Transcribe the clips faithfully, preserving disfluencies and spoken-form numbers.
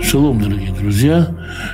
Шалом, дорогие друзья.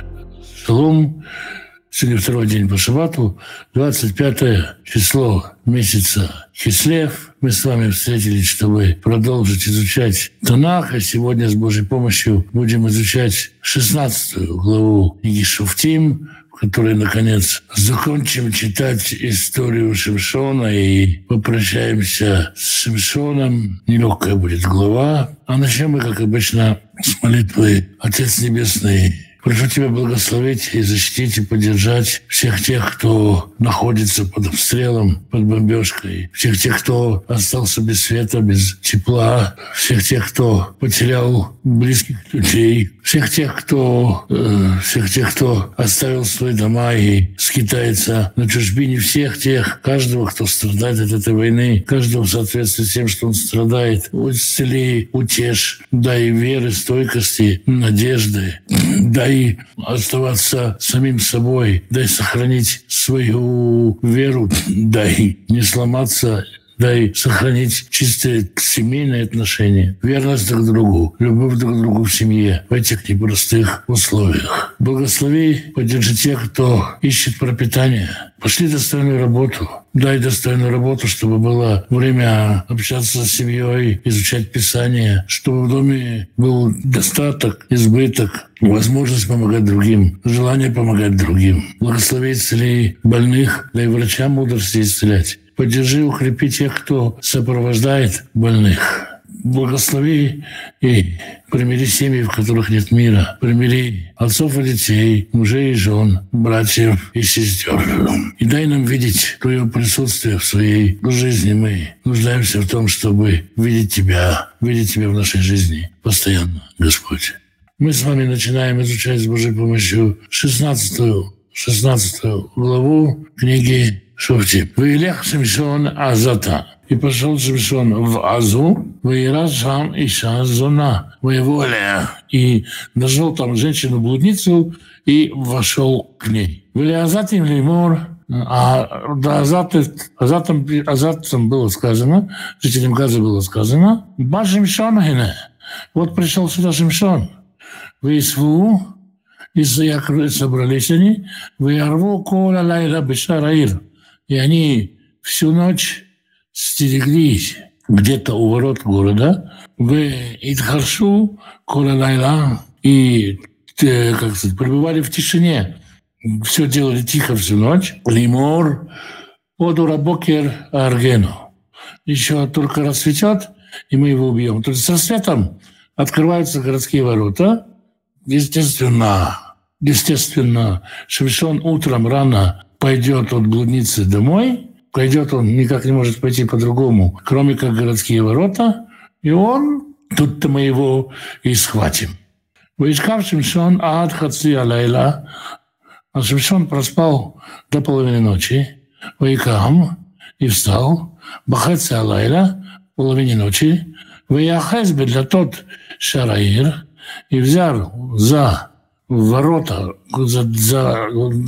Шалом. Сегодня второй день по шаббату, двадцать пятое число месяца Кислев. Мы с вами встретились, чтобы продолжить изучать Танах, а сегодня с Божьей помощью будем изучать шестнадцатую главу книги Шуфтим, в которой, наконец, закончим читать историю Шимшона и попрощаемся с Шимшоном. Нелегкая будет глава. А начнем мы, как обычно, с молитвы. Отец Небесный, прошу Тебя благословить и защитить и поддержать всех тех, кто находится под обстрелом, под бомбежкой, всех тех, кто остался без света, без тепла, всех тех, кто потерял близких людей, всех тех, кто, э, всех тех, кто оставил свои дома и скитается на чужбине, всех тех, каждого, кто страдает от этой войны, каждого в соответствии с тем, что он страдает. Исцели, утешь, дай веры, стойкости, надежды, дай оставаться самим собой, дай сохранить свою веру, дай не сломаться, дай сохранить чистые семейные отношения, верность друг другу, любовь друг к другу в семье в этих непростых условиях. Благослови, поддержи тех, кто ищет пропитание. Пошли достойную работу. Дай достойную работу, чтобы было время общаться с семьей, изучать Писание, чтобы в доме был достаток, избыток, возможность помогать другим, желание помогать другим. Благослови, исцели больных, дай врачам мудрости исцелять. Поддержи, укрепи тех, кто сопровождает больных. Благослови и примири семьи, в которых нет мира. Примири отцов и детей, мужей и жен, братьев и сестер. И дай нам видеть Твое присутствие в своей жизни. Мы нуждаемся в том, чтобы видеть Тебя, видеть Тебя в нашей жизни постоянно, Господь. Мы с вами начинаем изучать с Божьей помощью шестнадцатую, шестнадцатую главу книги Шуфтим. «Ваилех Шимшон Азата». И пошел Шимшон в Азу, «Ваира шам иша зона». Воеволя. И нашел там женщину-блудницу и вошел к ней. «Ваилеазатим лимор». А да, Азат, Азатом, Азатом было сказано, жителям Газа было сказано, «Ба Шимшон гене». Вот пришел сюда Шимшон. «Ваисву». И собрались они, «Ваярву кола лайла бешараир». И они всю ночь стереглись где-то у ворот города, в Идхаршу, Кола-Лайла, и, как сказать, пребывали в тишине. Все делали тихо всю ночь. Лимор, Одурабокер, Аргену. Еще только рассветет, и мы его убьем. То есть с рассветом открываются городские ворота. Естественно, естественно, Шимшон утром рано пойдет от блудницы домой, пойдет он, никак не может пойти по-другому, кроме как городские ворота, и он, тут-то мы его и схватим. Ваишкав Шимшон ад хаци алайла, а Шимшон проспал до половины ночи, ваикам, и встал, бахаци алайла, в половине ночи, ваяхез бедлатот шараир, и взял за ворота, за, за,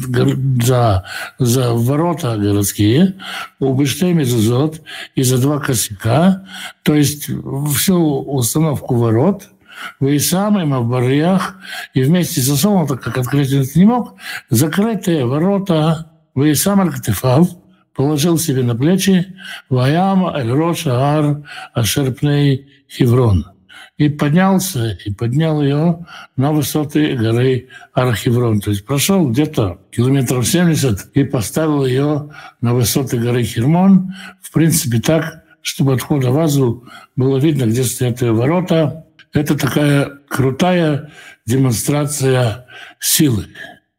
за, за ворота городские, у Бештей мезузот и за два косяка, то есть всю установку ворот, вы и сам им в барьях, и вместе с засовом, так как открыть он не мог, закрытые ворота, вы и сам аль-Катифав положил себе на плечи «Ваям эль-Рош аар ашерпней Хеврон». И поднялся, и поднял ее на высоты горы Ар-Хеврон. То есть прошел где-то километров семьдесят и поставил ее на высоты горы Хермон. В принципе, так, чтобы от входа в Азу было видно, где стоят ее ворота. Это такая крутая демонстрация силы.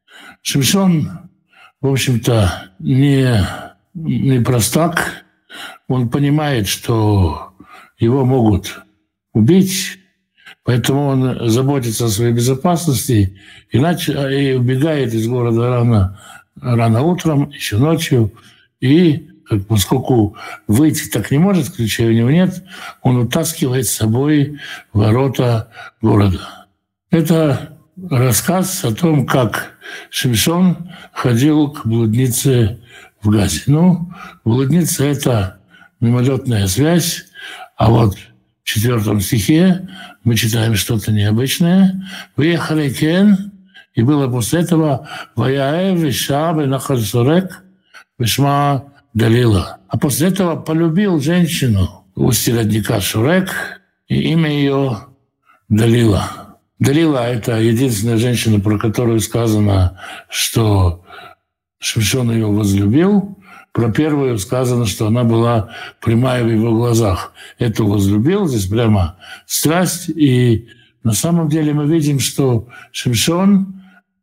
Шимшон, в общем-то, не, не простак. Он понимает, что его могут убить, поэтому он заботится о своей безопасности, иначе и убегает из города рано, рано утром, еще ночью, и поскольку выйти так не может, ключей у него нет, он утаскивает с собой ворота города. Это рассказ о том, как Шимшон ходил к блуднице в Газе. Ну, блудница — это мимолетная связь, а вот четвертом стихе мы читаем что-то необычное. «Выехали кен», и было после этого «Ваяэв иша бенахаль сорек вишма Далила». А после этого полюбил женщину у устья родника Шурек, и имя ее Далила. Далила — это единственная женщина, про которую сказано, что Шимшон ее возлюбил. Про первую сказано, что она была прямая в его глазах. Эту возлюбил, здесь прямо страсть. И на самом деле мы видим, что Шимшон,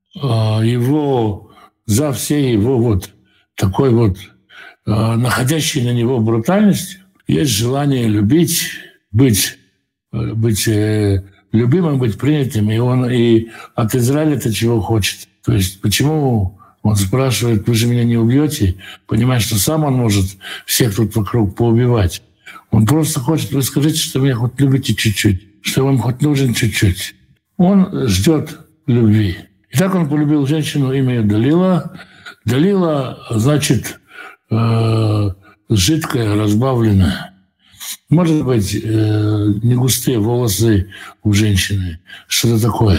его, за всей его вот такой вот находящей на него брутальностью, есть желание любить, быть, быть любимым, быть принятым. И он и от Израиля-то чего хочет. То есть почему он спрашивает: вы же меня не убьете? Понимая, что сам он может всех тут вокруг поубивать. Он просто хочет: вы скажите, что вы меня хоть любите чуть-чуть, что вам хоть нужен чуть-чуть. Он ждет любви. И так он полюбил женщину, имя ее Далила. Далила значит э, жидкая, разбавленная. Может быть, э, не густые волосы у женщины. Что-то такое.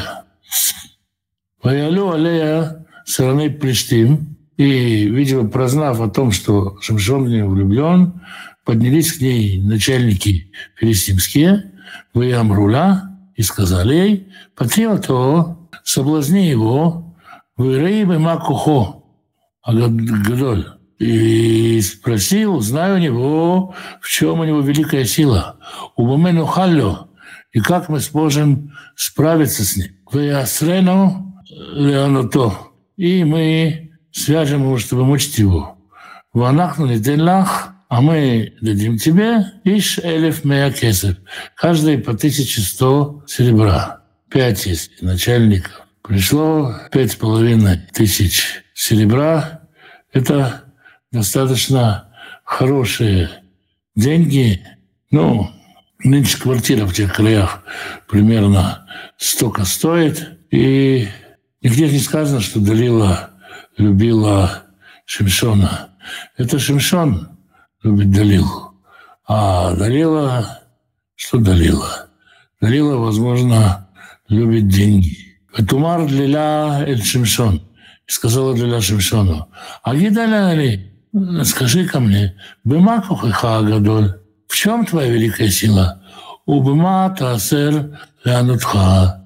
«Ваялю алея стороны Плештим», и, видимо, прознав о том, что Шимшон в нее влюблен, поднялись к ней начальники филистимские, «Ваямруля», и сказали ей: «Патрио то, соблазни его, вырей бы макухо, агадоль». И спросил, зная у него, в чем у него великая сила. «Убамену халлю», и как мы сможем справиться с ним. «Ваясрену леонуто», и мы свяжем его, чтобы мучить его. «Ванахну ниден лах», а мы дадим тебе иш элеф мея кесев, каждый по тысяче сто серебра. Пять есть начальников. Пришло пять с половиной тысяч серебра. Это достаточно хорошие деньги. Ну, нынче квартира в тех краях примерно столько стоит. И нигде не сказано, что Далила любила Шимшона. Это Шимшон любит Далилу. А Далила... Что Далила? Далила, возможно, любит деньги. «Тумар Лиля эль Шимшон». И сказала Далила Шимшону: «Агидаляли, скажи ко мне, бема кухиха гадоль, в чем твоя великая сила? Убема таасер леанутха».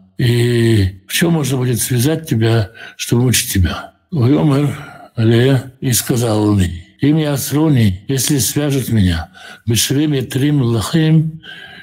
И в чем можно будет связать тебя, чтобы мучить тебя? «Уйомер алея», и сказал он ей: «Имя Асруни, если свяжут меня, бешвеми трим лахим,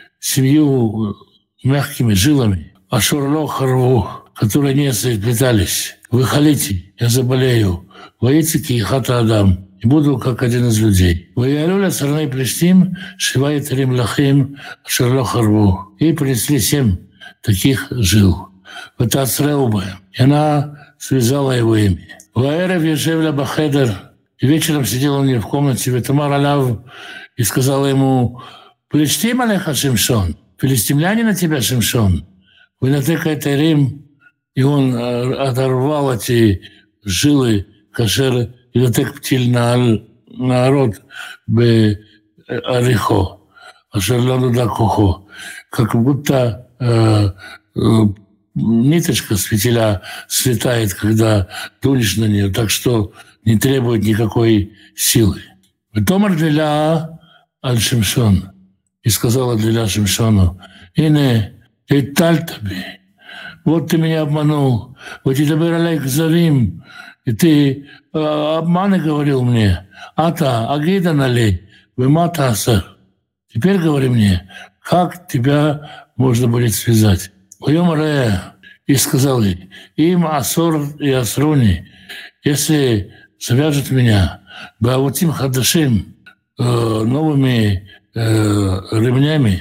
семью мягкими жилами, а шурло харву, которые не сплетались, выхалите, я заболею, воитики и хата Адам, и буду как один из людей. Воялюля сарней Плештим, шивай трим лахим, шурло харву». И принесли семь таких жил. Это Ацреуба. И она связала его имя. «Ваэрев ешевля бахедер». И вечером сидел он в комнате, ветамар аляв, и сказала ему: «Плештим алеха Шимшон, филистимляне на тебя, Шимшон, вы натыкаете Рим». И он оторвал эти жилы, кашер, и натык птиль на народ бе арихо, ашерлану да кухо, как будто э, э, ниточка с фитиля слетает, когда дунешь на нее, так что не требует никакой силы. «Томар Далила аль Шимшон», и сказала Далила Шимшону: «Ине, ты тальтаби, вот ты меня обманул, вот и добер алейк зарим, и ты э, обманы говорил мне, ата агида налей, вымата асар. Теперь говори мне, как тебя можно будет связать». «Уйомаре», и сказал ей: «Им асор и асруни, если свяжут меня баутим хадашим, э, новыми э, ремнями,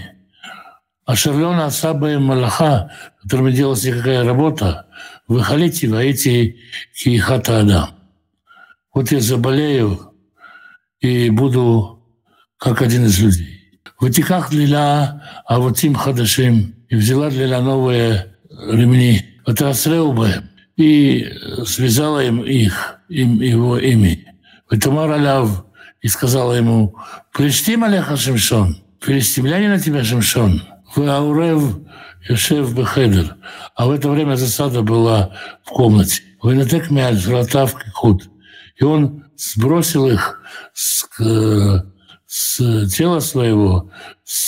а шарлена асаба малаха, которыми делалась никакая работа, выхалите воите кихата Адам. Вот я заболею и буду как один из людей. Вытеках Лиля, а вот им хадашим, и взяла Лиля новые ремни, это Ацреуба, и связала им их, им его имя. Ветамар аляв, и сказала ему: «Плештим алеха Шимшон, филистимляне на тебя, Шимшон? Вы Аурев Йошев Бехедер. А в это время засада была в комнате. Вы натек мяч, золотав худ. И он сбросил их с, с тела своего, с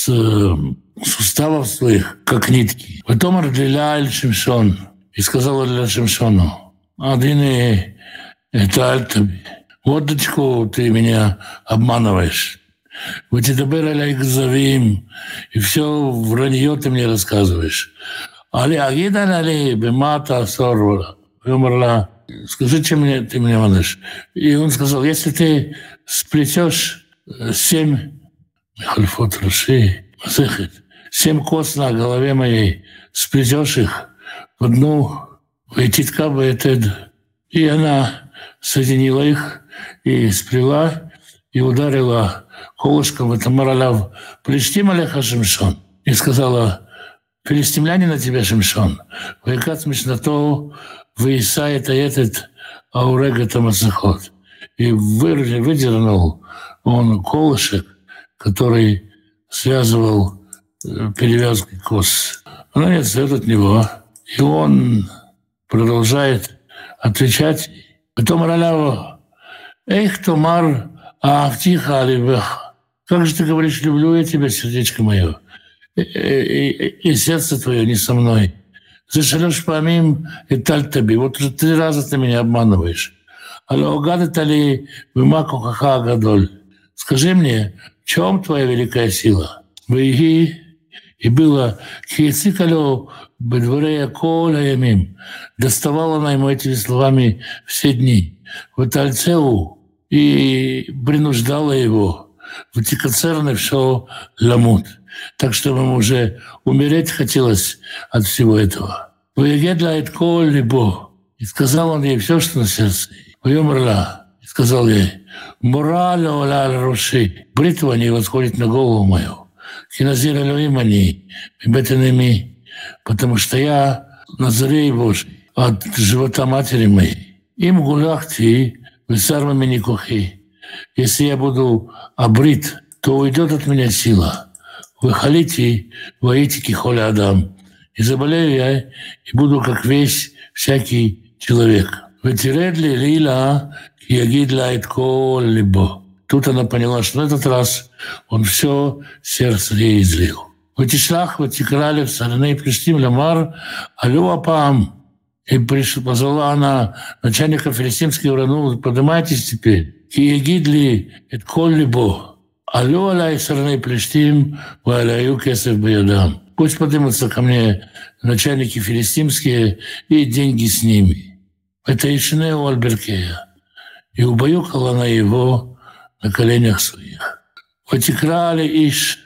суставов своих, как нитки. Потом Ардиля Шимшон. И сказал для Шимшону: «Адины, это Альтаби. Вот дочку ты меня обманываешь. Вы тидабер аляй газавим, и все вранье ты мне рассказываешь. Али агида али бемата сорвала. Умерла. Скажи, чем мне, ты меня манишь?» И он сказал: «Если ты сплетешь семь хальфот раши, семь кос на голове моей, сплетешь их в одну, вайтитка баэтед». И она соединила их и сплела, и ударила колышком в это мораляв «Плештим алеха Шимшон». И сказала: «Филистимляне на тебя, Шимшон, вайкат мишнато выисает этот аурегат амасахот». И выдернул он колышек, который связывал перевязкой кос. Она не отстает от него, и он продолжает отвечать. Потом Раляву: «Эх, Томар, а втиха алибех, как же ты говоришь, люблю я тебя, сердечко мое, и, и, и сердце твое не со мной. Зашалешь помим и таль таби. Вот уже три раза ты меня обманываешь. Алоугадата ли вымаку хаха гадоль. Скажи мне, в чем твоя великая сила?» Выйги, и было киецикалю бедворея коля ямим. Доставала она ему этими словами все дни. В Тальцеу и принуждала его в Тикацерне все ламут. Так что ему уже умереть хотелось от всего этого. «Выегедлает коль либо». И сказал он ей все, что на сердце. «Вы умерла». И сказал ей: «Мораль оля руши». Бритва не восходит на голову мою. «Киназир алюим они, бетенеми». Потому что я Назарей Божий от живота матери моей. Им гулахти, высармами никухи. Если я буду обрит, то уйдет от меня сила. Выхалите, воитики холя Адам. И заболею я, и буду как весь всякий человек. Ветиредли лила, ягидла иткол либо. Тут она поняла, что на этот раз он все сердце ей излил. «Ватишлах, ватикрали в сарней плештим ламар, алю апам». И позвала она начальника филистимских урану: «Поднимайтесь теперь. Ки ягидли эт кол либо. Алю алай сарней плештим, ва аляю кесев беядам». Пусть поднимутся ко мне начальники филистимские и деньги с ними. Это Ишнеу Альберкея. И убаюкала она его на коленях своих. «Ватикрали иш».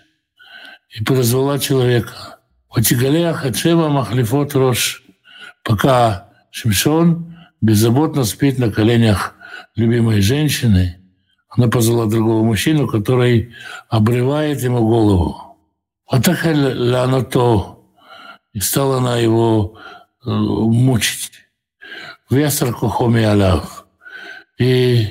И подозвала человека. «Ватигалея хачева махлифот рош». Пока Шимшон беззаботно спит на коленях любимой женщины, она позвала другого мужчину, который обрывает ему голову. «Атахаль ланато». И стала она его мучить. «Вясар кухоми аляв». И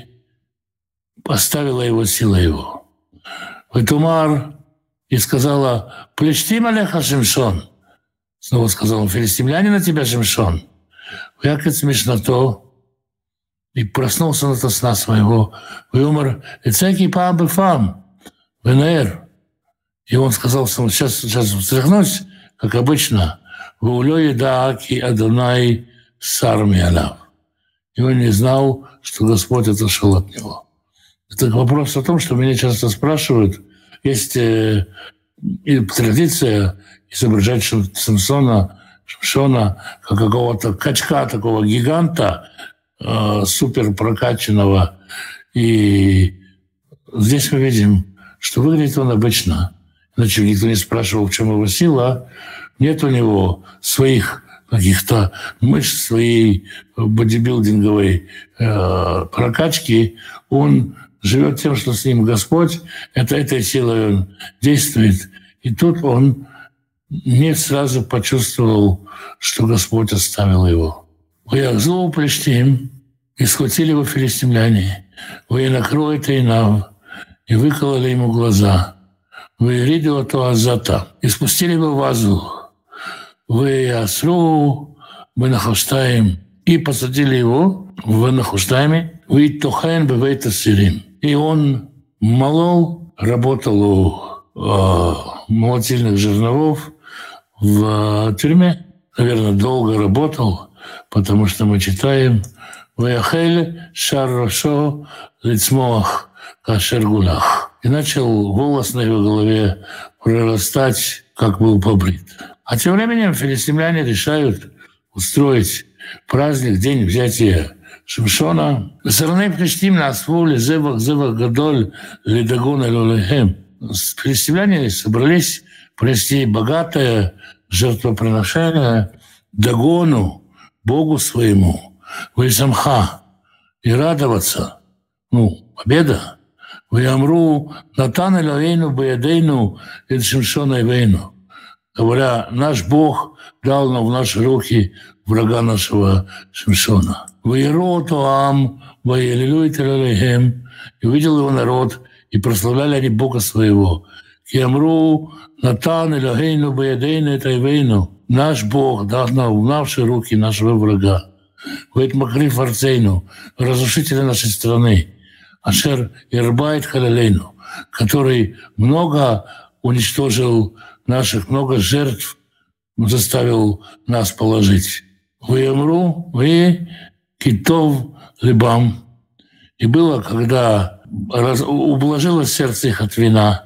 поставила его сила его. «Ватумар». И сказала: «Плештим алеха Шимшон». Снова сказал он: «Филистимляне на тебя, Шимшон». Якет смешното. И проснулся он от сна своего. И умер. И цеки пам бифам. Венер. И он сказал: сейчас, сейчас встряхнусь, как обычно. Вулёй дааки Адонай сарми алав. И он не знал, что Господь отошел от него. Это вопрос о том, что меня часто спрашивают. Есть э, и традиция изображать Самсона, Шимшона, как какого-то качка, такого гиганта, э, супер прокачанного. И здесь мы видим, что выглядит он обычно. Иначе никто не спрашивал, в чем его сила. Нет у него своих каких-то мышц, своей бодибилдинговой э, прокачки. Он живет тем, что с ним Господь, это этой силой он действует. И тут он не сразу почувствовал, что Господь оставил его. «Уяхзу плештим», и схватили его филистимляне. «Уянакроет Эйнав», и выкололи ему глаза. «Ваириду ото азата» и спустили его в Азу, «Ваиасру бенахуштаим» и посадили его в Нахуштайме, «Ваитохен бевейт ассирим». И он молол, работал у э, молотильных жерновов в тюрьме. Наверное, долго работал, потому что мы читаем «Ваяхель шар-рошо лицмоах кашер-гулах». И начал волос на его голове прорастать, как был побрит. А тем временем филистимляне решают устроить праздник, день взятия Шимшона. «Сарней плештим на асфуле зевах зевах гадоль ледагон элолехем». Филистимляне собрались провести богатое жертвоприношение Дагону, Богу своему, Вайсамха, и радоваться. Ну, победа. Ваямру натан элоэйну баядейну эд Шимшона ивейну. Говоря, наш Бог дал нам в наши руки врага нашего Шимшона. Ваеро тоам, ваелилуй телелехем. И увидел его народ, и прославляли они Бога своего. Киамру натан элохейну баядейну этайвейну. Наш Бог дал нам в наши руки нашего врага. Вейт макриф арцейну, разрушителя нашей страны. Ашер ирбайт халалейну, который много уничтожил наших, много жертв заставил нас положить. Ваямру, вы китов либам. И было, когда раз, ублажилось сердце их от вина.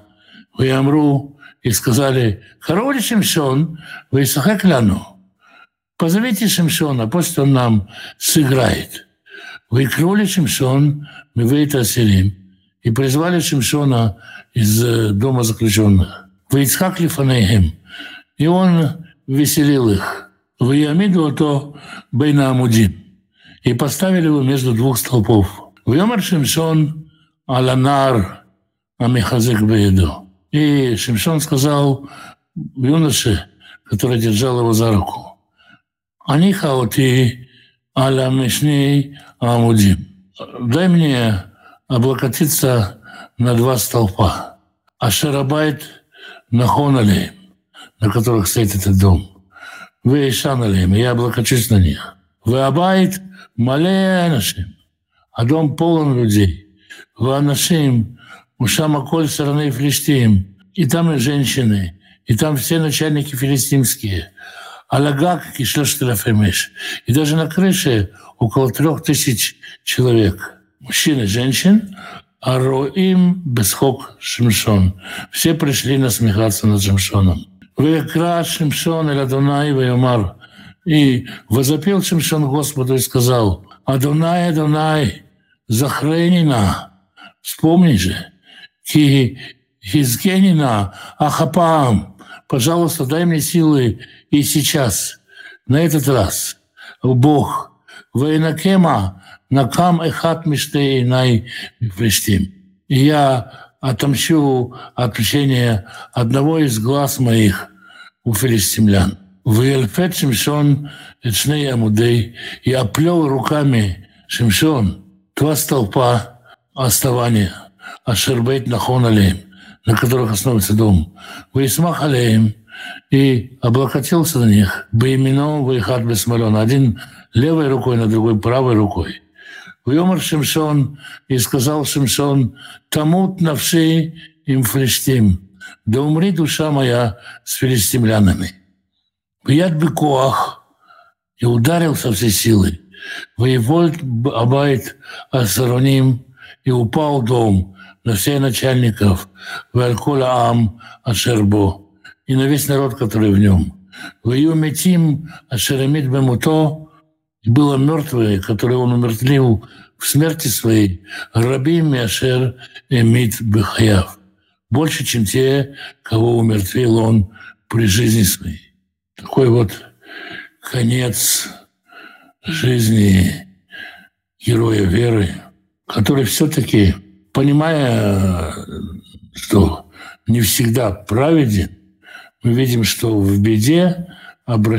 Ваямру, и сказали: «Хароли Шимшон, вы исахакляну». Позовите Шимшона, пусть он нам сыграет. Выкроли Шимшон, мивейт асирим. И призвали Шимшона из дома заключенных. Вейцхак лифанейхем. И он веселил их. Ваямиду ото бейна амудим. И поставили его между двух столпов. Вьомар Шимшон аланар амихазек бейду. И Шимшон сказал юноше, который держал его за руку: «Ани хаоти аля мишней амудим». Дай мне облокотиться на два столпа. Ашерабайт нахон алеем, на которых стоит этот дом. Вы ишан алеем, я облокочусь на них. Вы абайт мале анашим, а дом полон людей. Вы анашим ушама коль стороны филистим. И там и женщины, и там все начальники филистимские. Алагак кишлёштелефемеш. И даже на крыше около трех тысяч человек. Мужчин и женщин. А роим бесхок Шимшон. Все пришли насмехаться над Шимшоном. Векра Шимшон эль Адонай веомар. И возопил Шимшон Господу и сказал: «Адонай, Адонай, захренина». Вспомни же. Ки хизгенина ахапам. Пожалуйста, дай мне силы и сейчас, на этот раз. Бог, воинакема накам эхат миштей най мифлештим. И я отомщу отмщение одного из глаз моих у филистимлян. Вельфет Шимшон эчней амудей. И оплел руками Шимшон два столпа основания. Ашербейт нахон алеем, на которых основывается дом. Вейсмах алеем. И облокотился на них. Беймино вейхат бесмалон. Один левой рукой, на другой правой рукой. Вьомар Шимшон, и сказал Шимшон: «Тамут навши им филистим, да умри душа моя с филистимлянами». Вяд бекоах, и ударил со всей силы. Воевольт абайт асароним, и упал дом на всех начальников. Валькола ам ашербо, и на весь народ, который в нем. Вою метим ашеремит бемуто, и было мертвые, которые он умертвил в смерти своей, рабим ашер эмит бехаяв, больше, чем те, кого умертвил он при жизни своей. Такой вот конец жизни героя веры, который все-таки, понимая, что не всегда праведен, мы видим, что в беде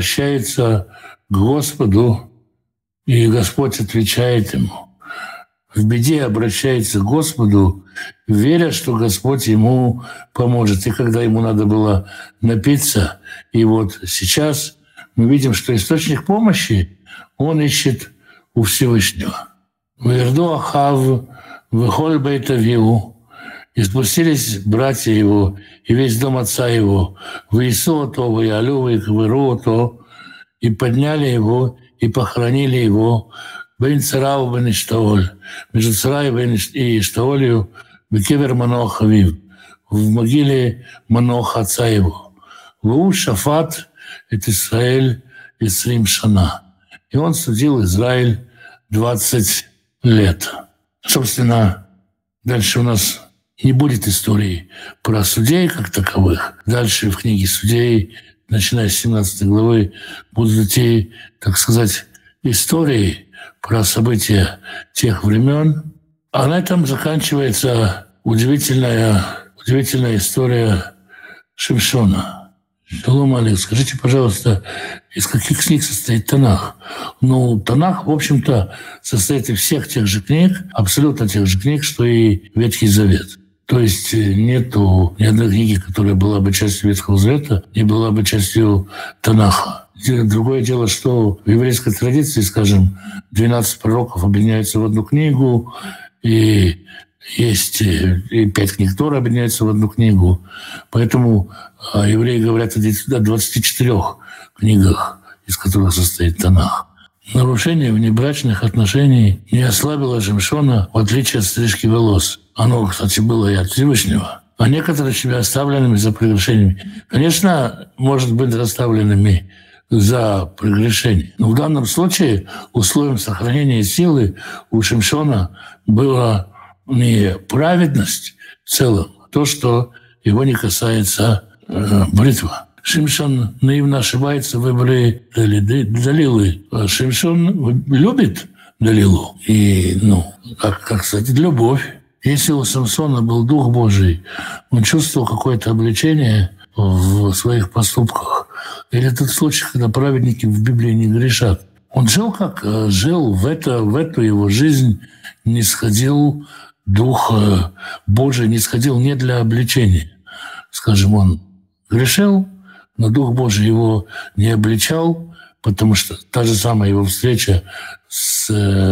обращается к Господу, и Господь отвечает ему. в беде обращается к Господу, веря, что Господь ему поможет. И когда ему надо было напиться, и вот сейчас мы видим, что источник помощи он ищет у Всевышнего. «Ваерду Ахав вехоль бейт авиу», и спустились братья его и весь дом отца его, «Ваису то, ваялю, ваиквыру то», и подняли его, и похоронили его, «Бейн царау бен Иштаоль», между Царай и Иштаолью, «Бекевер Манох Авив», в могиле Маноха отца его. «Вау шафат эт Исраэль исрим шана». И он судил Израиль двадцать лет. Собственно, дальше у нас не будет истории про судей как таковых. Дальше в книге судей, начиная с семнадцатой главы, будут идти, так сказать, истории про события тех времен. А на этом заканчивается удивительная, удивительная история Шимшона. Шалом алейкум. Скажите, пожалуйста, из каких книг состоит Танах? Ну, Танах, в общем-то, состоит из всех тех же книг, абсолютно тех же книг, что и Ветхий Завет. То есть нету ни одной книги, которая была бы частью Ветхого Завета, не была бы частью Танаха. Другое дело, что в еврейской традиции, скажем, двенадцать пророков объединяются в одну книгу, и есть и пять книг Тора объединяются в одну книгу. Поэтому евреи говорят о двадцати четырёх книгах, из которых состоит Танах. Нарушение внебрачных отношений не ослабило Шимшона, в отличие от стрижки волос. Оно, кстати, было и от Всевышнего. А некоторые себя оставленными за прегрешениями. Конечно, может быть расставленными за прегрешение. Но в данном случае условием сохранения силы у Шимшона была не праведность в целом, а то, что его не касается э, бритва. Шимшон наивно ошибается в выборе Далилы. А Шимшон любит Далилу. И, ну, как, как сказать, любовь. Если у Самсона был Дух Божий, он чувствовал какое-то обличение в своих поступках. Или тот случай, когда праведники в Библии не грешат. Он жил как жил, в, это, в эту его жизнь не сходил Дух Божий, не сходил не для обличения. Скажем, он грешил, но Дух Божий его не обличал, потому что та же самая его встреча с,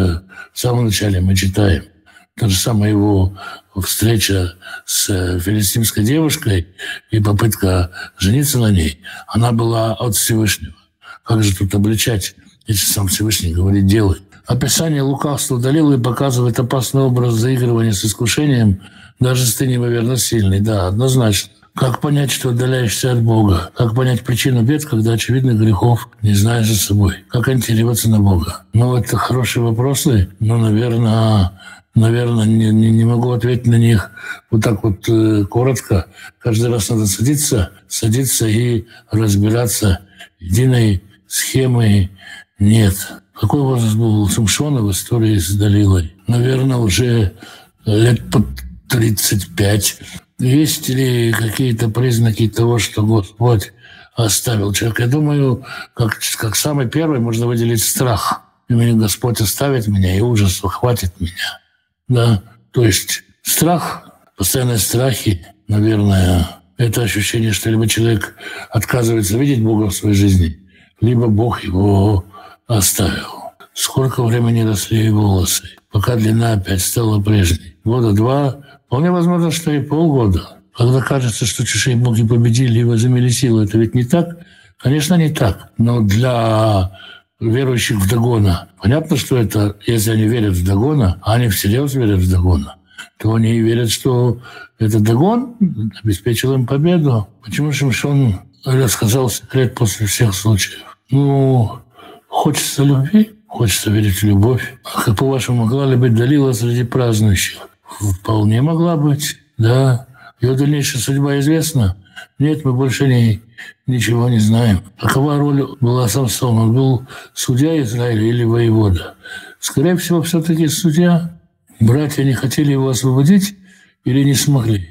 в самом начале мы читаем, та же самая его встреча с филистимской девушкой и попытка жениться на ней, она была от Всевышнего. Как же тут обличать, если сам Всевышний говорит «делай»? Описание лукавства Далилы показывает опасный образ заигрывания с искушением, даже если ты неимоверно сильный. Да, однозначно. Как понять, что отдаляешься от Бога? Как понять причину бед, когда очевидных грехов не знаешь за собой? Как ориентироваться на Бога? Ну, это хорошие вопросы, но, наверное, наверное не, не, не могу ответить на них вот так вот э, коротко. Каждый раз надо садиться, садиться и разбираться. Единой схемы нет. Какой возраст был у Шимшона в истории с Далилой? Наверное, уже лет под тридцать пять. Есть ли какие-то признаки того, что Господь оставил человека? Я думаю, как, как самый первый можно выделить страх. Именно Господь оставит меня, и ужас хватит меня. Да? То есть страх, постоянные страхи, наверное, это ощущение, что либо человек отказывается видеть Бога в своей жизни, либо Бог его оставил. Сколько времени росли волосы, пока длина опять стала прежней? Года два. Вполне возможно, что и полгода. Когда кажется, что чужие боги победили и возымели силу, это ведь не так? Конечно, не так. Но для верующих в Дагона понятно, что это, если они верят в Дагона, а они всерьез верят в Дагона, то они верят, что этот Дагон обеспечил им победу. Почему Шимшон рассказал секрет после всех случаев? Ну, хочется любви, хочется верить в любовь. А как, по-вашему, могла ли быть Далила среди празднующих? Вполне могла быть, да. Ее дальнейшая судьба известна. Нет, мы больше не, ничего не знаем. Какова роль была Самсона? Он был судья Израиля или воевода? Скорее всего, все-таки судья. Братья не хотели его освободить или не смогли?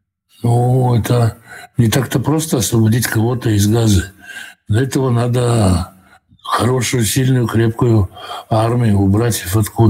Ну, это не так-то просто освободить кого-то из Газы. Для этого надо хорошую, сильную, крепкую армию у братьев откуда?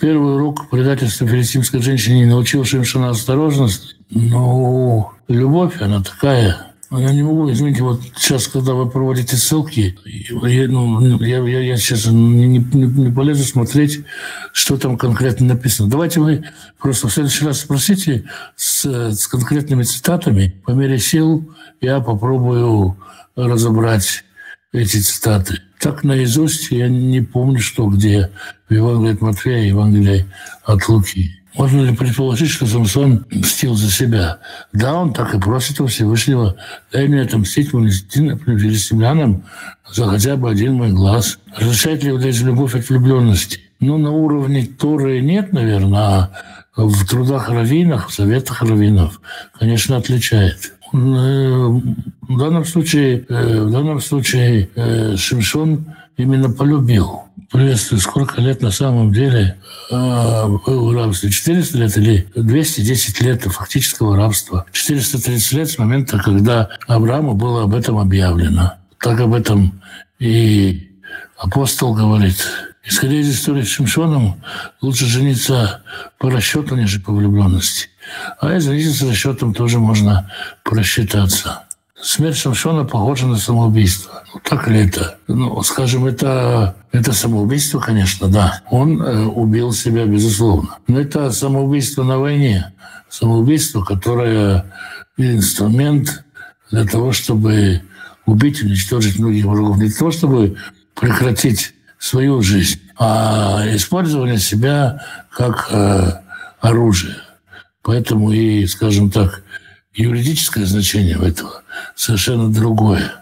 Первый урок предательства филистимской женщине научил Шимшона осторожность. Ну, любовь, она такая. Я не могу, извините, вот сейчас, когда вы проводите ссылки, я, ну, я, я, я сейчас не, не, не полезу смотреть, что там конкретно написано. Давайте вы просто в следующий раз спросите с, с конкретными цитатами. По мере сил я попробую разобрать эти цитаты. Так наизусть я не помню, что где в Евангелии от Матфея и Евангелии от Луки. Можно ли предположить, что Самсон мстил за себя? Да, он так и просит у Всевышнего: дай мне отомстить филистимлянам за хотя бы один мой глаз. Разрешает ли иудаизм любовь от влюбленности? Ну, на уровне Торы нет, наверное, а в трудах раввинов, в советах раввинов, конечно, отличает. В данном случае, в данном случае Шимшон именно полюбил. Приветствую, сколько лет на самом деле был в рабстве? четыреста лет или двести десять лет фактического рабства? четыреста тридцать лет с момента, когда Аврааму было об этом объявлено. Так об этом и апостол говорит. Исходя из истории с Шимшоном, лучше жениться по расчету, нежели по влюбленности. А из жениться с расчетом тоже можно просчитаться. Смерть Шимшона похожа на самоубийство. Ну, так ли это? Ну, скажем, это, это самоубийство, конечно, да. Он э, убил себя, безусловно. Но это самоубийство на войне. Самоубийство, которое инструмент для того, чтобы убить, уничтожить многих врагов. Не для того, чтобы прекратить свою жизнь, а использование себя как э, оружие. Поэтому и, скажем так, юридическое значение у этого совершенно другое.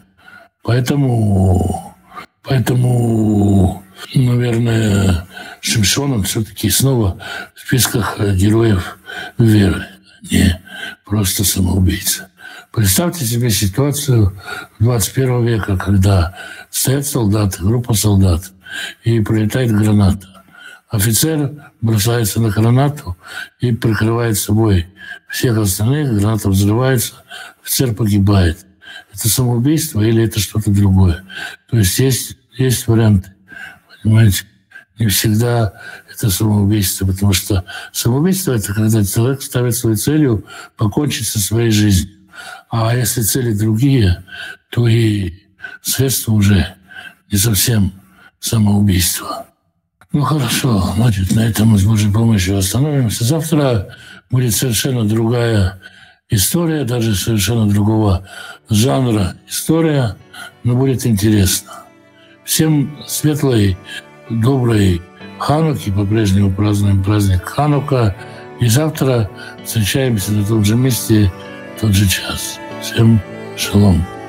Поэтому, поэтому, наверное, Шимшон, он все-таки снова в списках героев веры, не просто самоубийца. Представьте себе ситуацию двадцать первого века, когда стоят солдаты, группа солдат, и прилетает граната. Офицер бросается на гранату и прикрывает собой всех остальных, граната взрывается, офицер погибает. Это самоубийство или это что-то другое? То есть есть, есть варианты, понимаете? Не всегда это самоубийство, потому что самоубийство — это когда человек ставит своей целью покончить со своей жизнью. А если цели другие, то и средства уже не совсем самоубийство. Ну хорошо, значит, на этом мы с Божьей помощью остановимся. Завтра будет совершенно другая история, даже совершенно другого жанра история, но будет интересно. Всем светлой, доброй Хануки, по-прежнему празднуем праздник Ханука, и завтра встречаемся на том же месте, в тот же час. Всем шалом.